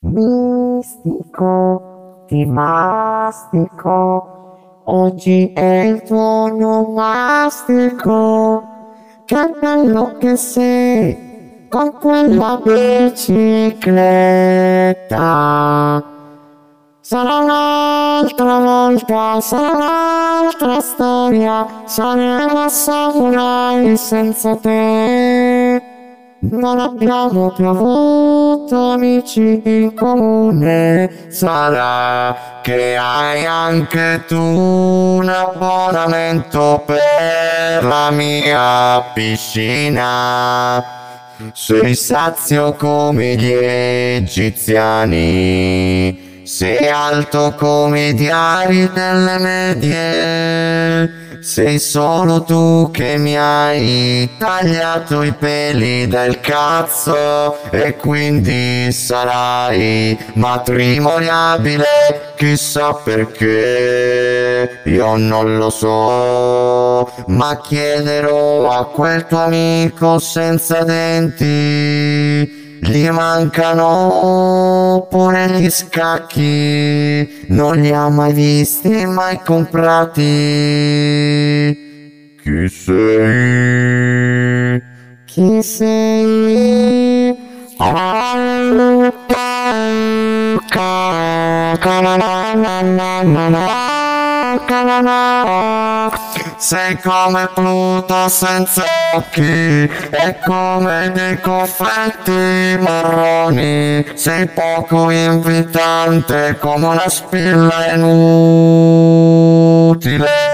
Mistico, ti mastico, oggi è il tuo nomastico. Che bello che sei, con quella bicicletta. Sarà un'altra volta, sarà un'altra storia, saremo samurai senza te. Non abbiamo più avuto amici in comune, sarà che hai anche tu un abbonamento per la mia piscina. Sei sazio come gli egiziani, sei alto come i diari delle medie. Sei solo tu che mi hai tagliato i peli del cazzo e quindi sarai matrimoniabile, chissà perché, io non lo so, ma chiederò a quel tuo amico senza denti. Gli mancano pure gli scacchi, non li ha mai visti, mai comprati. Chi sei? Chi sei? Sei come Pluto senza occhi e come dei confetti marroni. Sei poco invitante come una spilla inutile.